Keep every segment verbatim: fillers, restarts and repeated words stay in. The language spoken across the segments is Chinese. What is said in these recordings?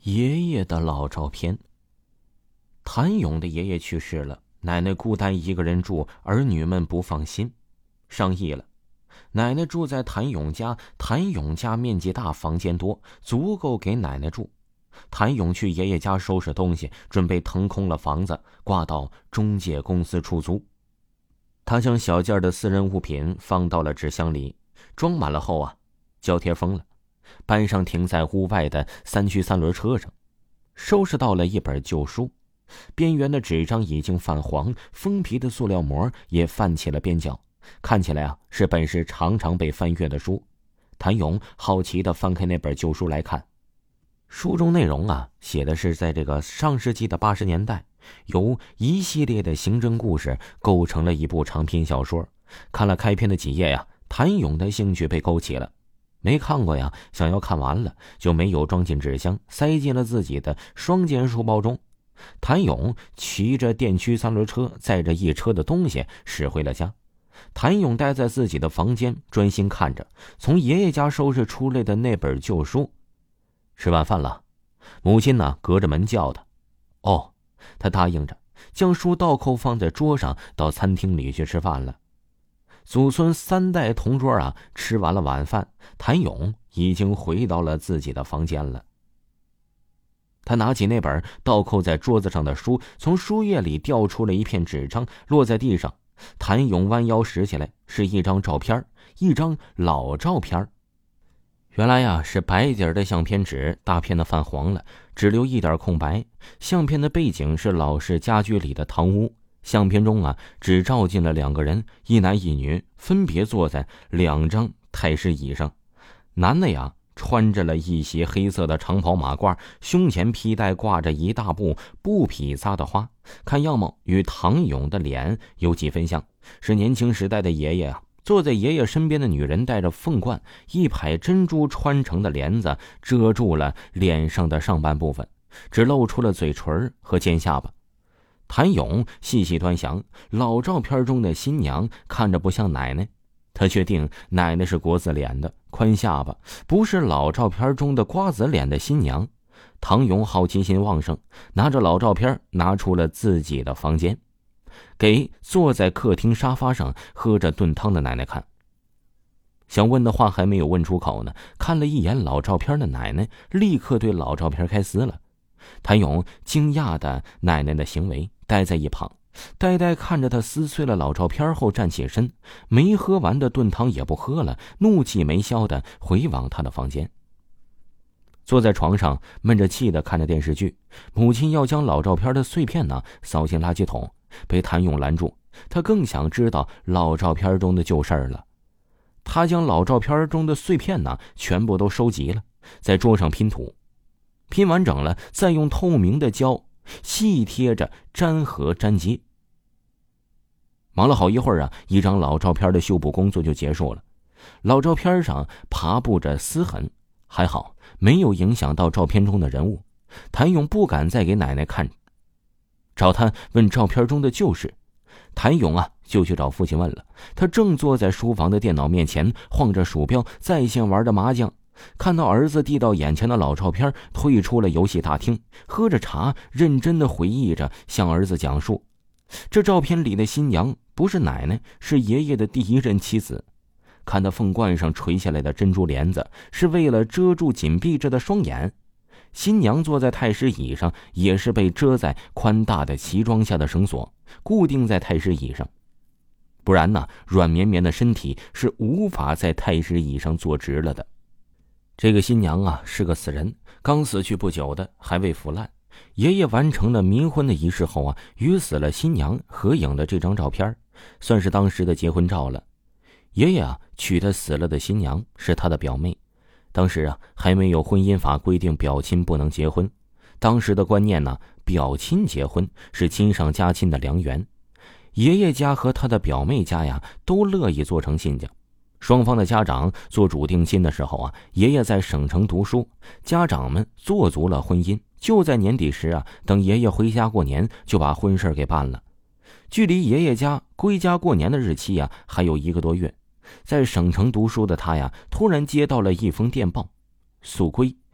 爷爷的老照片。谭勇的爷爷去世了，奶奶孤单一个人住，儿女们不放心，商议了。奶奶住在谭勇家，谭勇家面积大，房间多，足够给奶奶住。谭勇去爷爷家收拾东西，准备腾空了房子，挂到中介公司出租。他将小件的私人物品放到了纸箱里，装满了后啊，胶贴封了，搬上停在屋外的三驱三轮车上，收拾到了一本旧书，边缘的纸张已经泛黄，封皮的塑料膜也泛起了边角，看起来啊是本是常常被翻阅的书。谭勇好奇地翻开那本旧书来看，书中内容啊写的是在这个上世纪的八十年代，由一系列的刑侦故事构成了一部长篇小说。看了开篇的几页呀，谭勇的兴趣被勾起了。没看过呀，想要看完了，就没有装进纸箱，塞进了自己的双肩书包中。谭勇骑着电驱三轮车，载着一车的东西驶回了家。谭勇待在自己的房间，专心看着从爷爷家收拾出来的那本旧书。吃晚饭了，母亲呢隔着门叫他。哦，他答应着，将书倒扣放在桌上，到餐厅里去吃饭了。祖孙三代同桌啊，吃完了晚饭，谭勇已经回到了自己的房间了。他拿起那本倒扣在桌子上的书，从书页里掉出了一片纸张，落在地上。谭勇弯腰拾起来，是一张照片，一张老照片。原来呀，是白底的相片纸，大片的泛黄了，只留一点空白。相片的背景是老式家居里的堂屋，相片中啊，只照进了两个人，一男一女，分别坐在两张太师椅上。男的呀，穿着了一袭黑色的长袍马褂，胸前披带挂着一大布布匹撒的花，看样貌与唐勇的脸有几分像，是年轻时代的爷爷啊。坐在爷爷身边的女人戴着凤冠，一排珍珠穿成的帘子遮住了脸上的上半部分，只露出了嘴唇和尖下巴。谭勇细细端详，老照片中的新娘看着不像奶奶，他确定奶奶是国字脸的，宽下巴，不是老照片中的瓜子脸的新娘。唐勇好奇心旺盛，拿着老照片拿出了自己的房间，给坐在客厅沙发上喝着炖汤的奶奶看。想问的话还没有问出口呢，看了一眼老照片的奶奶立刻对老照片开撕了。谭勇惊讶的奶奶的行为，呆在一旁，呆呆看着他撕碎了老照片后站起身，没喝完的炖汤也不喝了，怒气没消的回往他的房间。坐在床上闷着气的看着电视剧，母亲要将老照片的碎片呢扫进垃圾桶，被谭勇拦住。他更想知道老照片中的旧事儿了。他将老照片中的碎片呢全部都收集了，在桌上拼图，拼完整了，再用透明的胶细贴着粘合粘接。忙了好一会儿啊，一张老照片的修补工作就结束了。老照片上爬布着丝痕，还好没有影响到照片中的人物。谭勇不敢再给奶奶看，找他问照片中的旧事。谭勇啊就去找父亲问了，他正坐在书房的电脑面前，晃着鼠标在线玩着麻将。看到儿子递到眼前的老照片，退出了游戏大厅，喝着茶，认真的回忆着，向儿子讲述。这照片里的新娘不是奶奶，是爷爷的第一任妻子。看到凤冠上垂下来的珍珠帘子，是为了遮住紧闭着的双眼。新娘坐在太师椅上，也是被遮在宽大的旗装下的绳索固定在太师椅上，不然呢，软绵绵的身体是无法在太师椅上坐直了的。这个新娘啊是个死人，刚死去不久的，还未腐烂。爷爷完成了冥婚的仪式后啊，与死了新娘合影的这张照片，算是当时的结婚照了。爷爷啊娶他死了的新娘是他的表妹，当时啊还没有婚姻法规定表亲不能结婚，当时的观念呢，表亲结婚是亲上加亲的良缘。爷爷家和他的表妹家呀都乐意做成亲家。双方的家长做主定亲的时候啊，爷爷在省城读书，家长们做足了婚姻，就在年底时啊，等爷爷回家过年就把婚事给办了。距离爷爷家归家过年的日期啊还有一个多月。在省城读书的他呀，突然接到了一封电报，速归，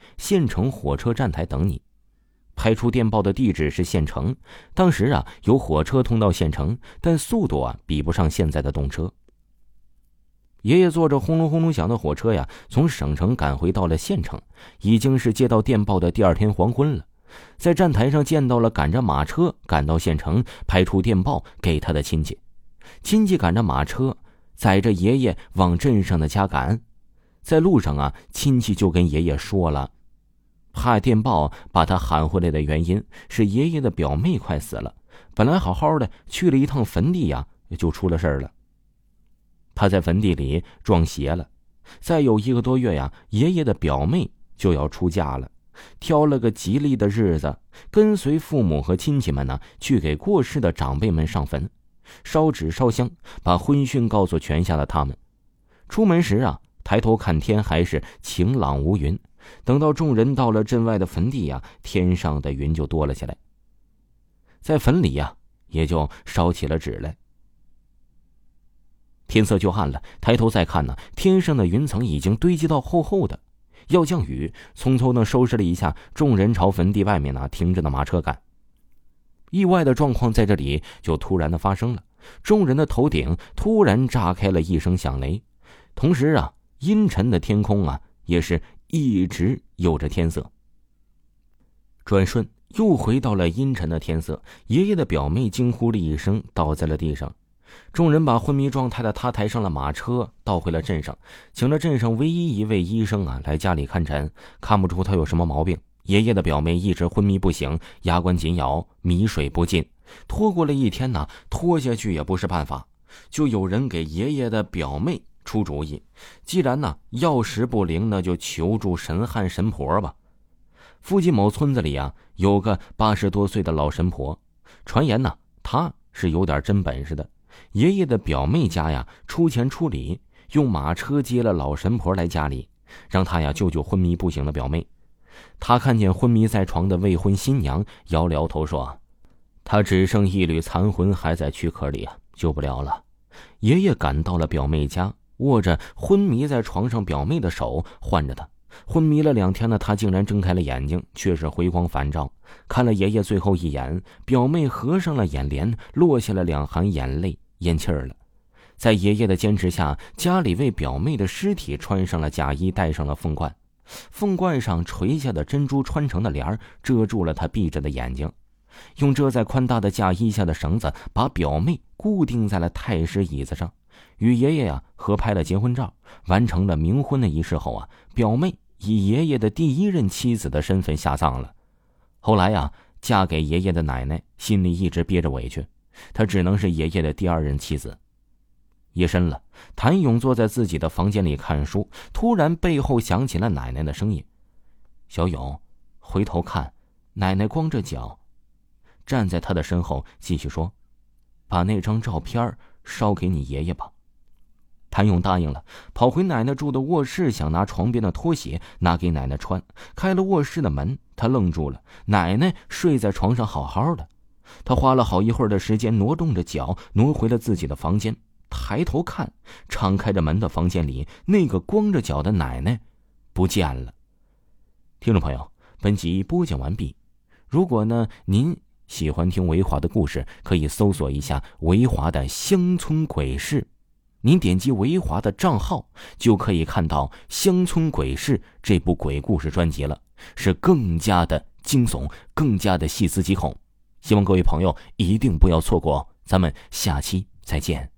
县城火车站台等你。拍出电报的地址是县城，当时啊有火车通到县城，但速度啊比不上现在的动车。爷爷坐着轰隆轰隆响的火车呀，从省城赶回到了县城，已经是接到电报的第二天黄昏了。在站台上见到了赶着马车赶到县城拍出电报给他的亲戚，亲戚赶着马车载着爷爷往镇上的家赶。在路上啊，亲戚就跟爷爷说了，怕电报把他喊回来的原因是爷爷的表妹快死了，本来好好的去了一趟坟地呀，就出了事儿了。他在坟地里撞邪了，再有一个多月呀，爷爷的表妹就要出嫁了，挑了个吉利的日子，跟随父母和亲戚们呢，去给过世的长辈们上坟，烧纸烧香，把婚讯告诉全下的他们。出门时啊，抬头看天还是晴朗无云，等到众人到了镇外的坟地呀，天上的云就多了起来，在坟里呀，也就烧起了纸来。天色就暗了，抬头再看呢，天上的云层已经堆积到厚厚的，要降雨。匆匆的收拾了一下，众人朝坟地外面呢停着的马车赶。意外的状况在这里就突然的发生了，众人的头顶突然炸开了一声响雷，同时啊，阴沉的天空啊也是一直有着天色。转瞬又回到了阴沉的天色，爷爷的表妹惊呼了一声，倒在了地上。众人把昏迷状态的他抬上了马车，倒回了镇上，请了镇上唯一一位医生啊来家里看诊，看不出他有什么毛病。爷爷的表妹一直昏迷不醒，牙关紧咬，米水不进，拖过了一天呢，拖下去也不是办法，就有人给爷爷的表妹出主意，既然呢药石不灵，那就求助神汉神婆吧。附近某村子里啊有个八十多岁的老神婆，传言呢她是有点真本事的。爷爷的表妹家呀出钱出礼，用马车接了老神婆来家里，让她呀救救昏迷不醒的表妹。他看见昏迷在床的未婚新娘，摇摇头说，她只剩一缕残魂还在躯壳里啊，救不了了。爷爷赶到了表妹家，握着昏迷在床上表妹的手唤着她。昏迷了两天的他竟然睁开了眼睛，却是回光返照，看了爷爷最后一眼，表妹合上了眼帘，落下了两行眼泪，咽气儿了。在爷爷的坚持下，家里为表妹的尸体穿上了假衣，戴上了凤冠，凤冠上垂下的珍珠穿成的帘儿遮住了他闭着的眼睛，用遮在宽大的嫁衣下的绳子把表妹固定在了太师椅子上，与爷爷啊合拍了结婚照。完成了冥婚的仪式后啊，表妹以爷爷的第一任妻子的身份下葬了。后来啊，嫁给爷爷的奶奶心里一直憋着委屈，她只能是爷爷的第二任妻子。夜深了，谭勇坐在自己的房间里看书，突然背后响起了奶奶的声音：“小勇，回头看，奶奶光着脚。”站在他的身后继续说：“把那张照片烧给你爷爷吧。”谭勇答应了，跑回奶奶住的卧室，想拿床边的拖鞋拿给奶奶穿。开了卧室的门，他愣住了，奶奶睡在床上好好的。他花了好一会儿的时间，挪动着脚挪回了自己的房间，抬头看，敞开着门的房间里，那个光着脚的奶奶不见了。听众朋友，本集播讲完毕。如果呢您喜欢听维华的故事，可以搜索一下维华的乡村鬼事，您点击维华的账号就可以看到《乡村鬼事》这部鬼故事专辑了，是更加的惊悚，更加的细思极恐，希望各位朋友一定不要错过，咱们下期再见。